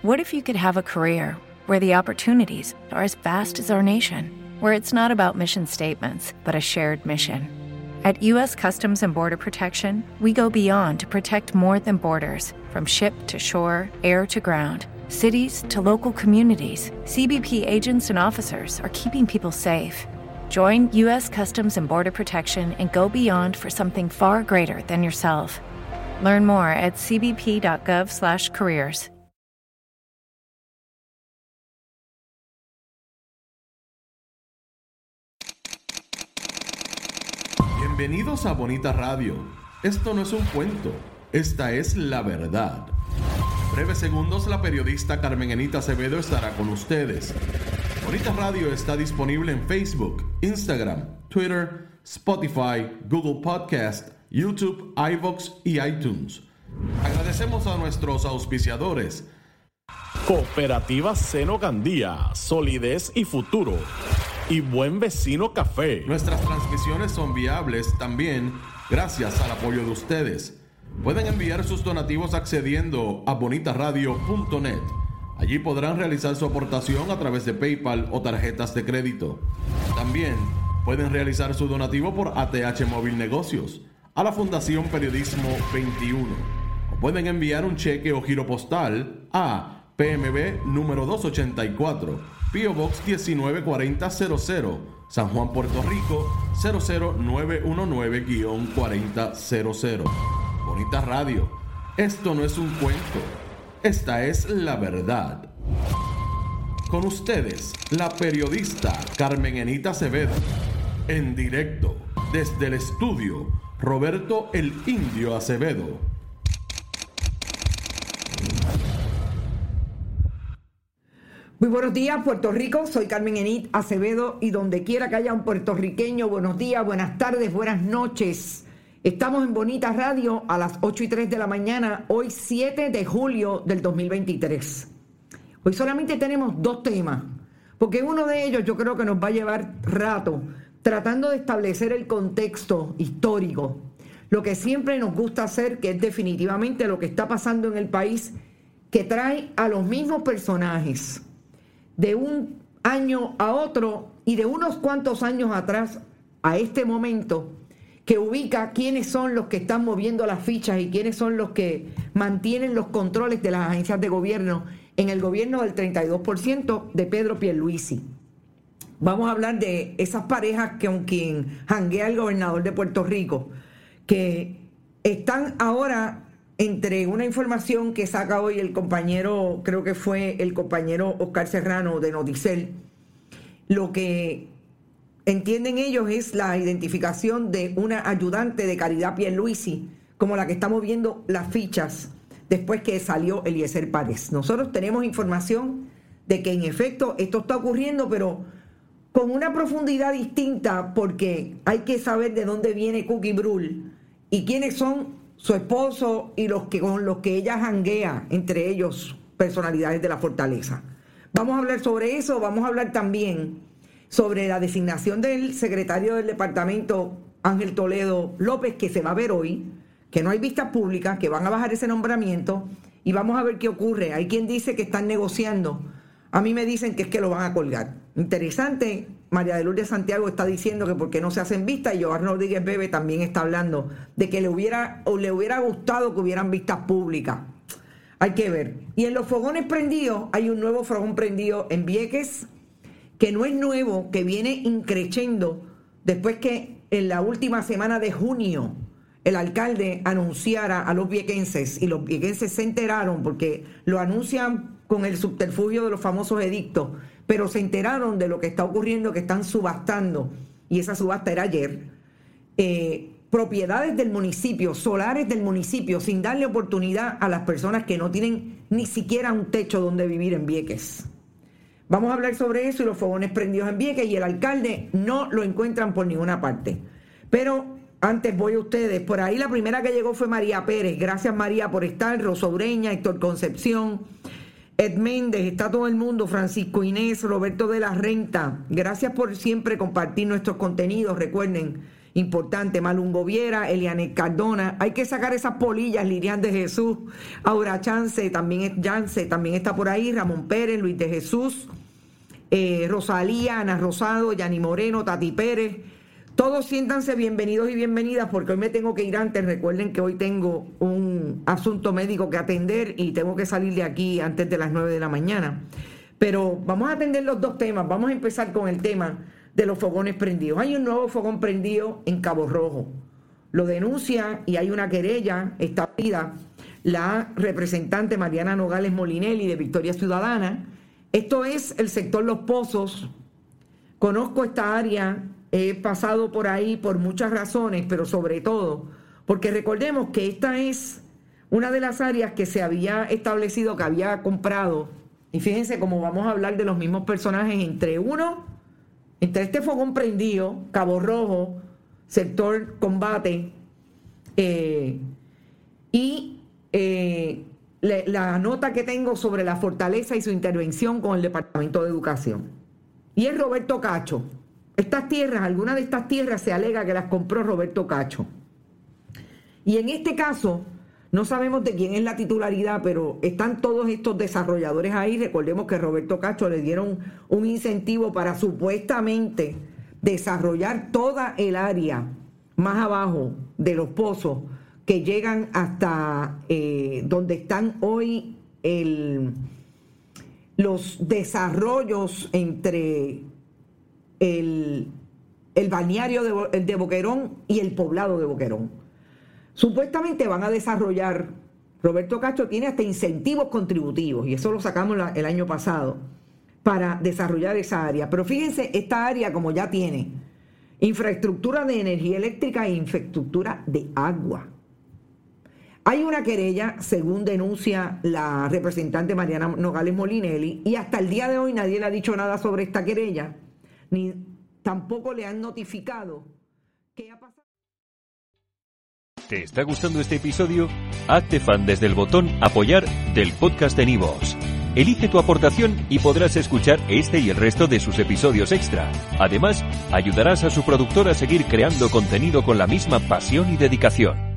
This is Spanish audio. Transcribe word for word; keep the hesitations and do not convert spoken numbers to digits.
What if you could have a career where the opportunities are as vast as our nation, where it's not about mission statements, but a shared mission? At U S Customs and Border Protection, we go beyond to protect more than borders. From ship to shore, air to ground, cities to local communities, C B P agents and officers are keeping people safe. Join U S Customs and Border Protection and go beyond for something far greater than yourself. Learn more at c b p dot gov slash careers. Bienvenidos a Bonita Radio. Esto no es un cuento, esta es la verdad. Breves segundos, la periodista Carmen Enita Acevedo estará con ustedes. Bonita Radio está disponible en Facebook, Instagram, Twitter, Spotify, Google Podcast, YouTube, iVoox y iTunes. Agradecemos a nuestros auspiciadores. Cooperativa Seno Gandía, solidez y futuro. Y Buen Vecino Café. Nuestras transmisiones son viables también gracias al apoyo de ustedes. Pueden enviar sus donativos accediendo a bonita radio punto net. Allí podrán realizar su aportación a través de PayPal o tarjetas de crédito. También pueden realizar su donativo por A T H Móvil Negocios a la Fundación Periodismo veintiuno. O pueden enviar un cheque o giro postal a P M B número doscientos ochenta y cuatro, P O Box diecinueve cuarenta cero cero, San Juan, Puerto Rico cero cero nueve uno nueve cuarenta cero cero. Bonita Radio, esto no es un cuento, esta es la verdad. Con ustedes, la periodista Carmen Enita Acevedo, en directo desde el estudio Roberto el Indio Acevedo. Muy buenos días, Puerto Rico. Soy Carmen Enit Acevedo y donde quiera que haya un puertorriqueño, buenos días, buenas tardes, buenas noches. Estamos en Bonita Radio a las ocho y tres de la mañana, hoy siete de julio del dos mil veintitrés. Hoy solamente tenemos dos temas, porque uno de ellos yo creo que nos va a llevar rato tratando de establecer el contexto histórico. Lo que siempre nos gusta hacer, que es definitivamente lo que está pasando en el país, que trae a los mismos personajes de un año a otro y de unos cuantos años atrás a este momento, que ubica quiénes son los que están moviendo las fichas y quiénes son los que mantienen los controles de las agencias de gobierno en el gobierno del treinta y dos por ciento de Pedro Pierluisi. Vamos a hablar de esas parejas con quien janguea el gobernador de Puerto Rico, que están ahora entre una información que saca hoy el compañero, creo que fue el compañero Oscar Serrano de Noticel. Lo que entienden ellos es la identificación de una ayudante de Caridad Pierluisi, como la que estamos viendo las fichas después que salió Eliezer Párez. Nosotros tenemos información de que en efecto esto está ocurriendo, pero con una profundidad distinta, porque hay que saber de dónde viene Cookie Brul y quiénes son su esposo y los que con los que ella janguea, entre ellos personalidades de la fortaleza. Vamos a hablar sobre eso, vamos a hablar también sobre la designación del secretario del departamento, Ángel Toledo López, que se va a ver hoy, que no hay vistas públicas, que van a bajar ese nombramiento, y vamos a ver qué ocurre. Hay quien dice que están negociando, a mí me dicen que es que lo van a colgar. Interesante, María de Lourdes Santiago está diciendo que por qué no se hacen vistas, y Joan Rodríguez Bebe también está hablando de que le hubiera, o le hubiera gustado que hubieran vistas públicas. Hay que ver. Y en los fogones prendidos, hay un nuevo fogón prendido en Vieques, que no es nuevo, que viene increciendo después que en la última semana de junio el alcalde anunciara a los viequenses, y los viequenses se enteraron porque lo anuncian con el subterfugio de los famosos edictos, pero se enteraron de lo que está ocurriendo, que están subastando, y esa subasta era ayer, eh, propiedades del municipio, solares del municipio, sin darle oportunidad a las personas que no tienen ni siquiera un techo donde vivir en Vieques. Vamos a hablar sobre eso y los fogones prendidos en Vieques, y el alcalde no lo encuentran por ninguna parte. Pero antes voy a ustedes. Por ahí la primera que llegó fue María Pérez. Gracias, María, por estar. Rosa Ureña, Héctor Concepción, Ed Méndez, está todo el mundo, Francisco Inés, Roberto de la Renta. Gracias por siempre compartir nuestros contenidos. Recuerden importante, Malungo Viera, Elianet Cardona. Hay que sacar esas polillas, Lirian de Jesús, Aura Chance, también es Yance, también está por ahí, Ramón Pérez, Luis de Jesús, eh, Rosalía, Ana Rosado, Yani Moreno, Tati Pérez. Todos siéntanse bienvenidos y bienvenidas porque hoy me tengo que ir antes. Recuerden que hoy tengo un asunto médico que atender y tengo que salir de aquí antes de las nueve de la mañana. Pero vamos a atender los dos temas. Vamos a empezar con el tema de los fogones prendidos. Hay un nuevo fogón prendido en Cabo Rojo. Lo denuncia y hay una querella establecida la representante Mariana Nogales Molinelli de Victoria Ciudadana. Esto es el sector Los Pozos. Conozco esta área, he pasado por ahí por muchas razones, pero sobre todo porque recordemos que esta es una de las áreas que se había establecido, que había comprado, y fíjense cómo vamos a hablar de los mismos personajes, entre uno, entre este fogón prendido, Cabo Rojo, sector combate, eh, y eh, la, la nota que tengo sobre la fortaleza y su intervención con el Departamento de Educación. Y es Roberto Cacho. Estas tierras, algunas de estas tierras se alega que las compró Roberto Cacho. Y en este caso, no sabemos de quién es la titularidad, pero están todos estos desarrolladores ahí. Recordemos que Roberto Cacho le dieron un incentivo para supuestamente desarrollar toda el área más abajo de Los Pozos, que llegan hasta eh, donde están hoy el, los desarrollos entre el, el balneario de, de Boquerón y el poblado de Boquerón. Supuestamente van a desarrollar, Roberto Cacho tiene hasta incentivos contributivos, y eso lo sacamos la, el año pasado, para desarrollar esa área. Pero fíjense, esta área como ya tiene infraestructura de energía eléctrica e infraestructura de agua. Hay una querella, según denuncia la representante Mariana Nogales Molinelli, y hasta el día de hoy nadie le ha dicho nada sobre esta querella, ni tampoco le han notificado qué ha pasado. ¿Te está gustando este episodio? Hazte fan desde el botón Apoyar del podcast de Nivos. Elige tu aportación y podrás escuchar este y el resto de sus episodios extra. Además, ayudarás a su productor a seguir creando contenido con la misma pasión y dedicación.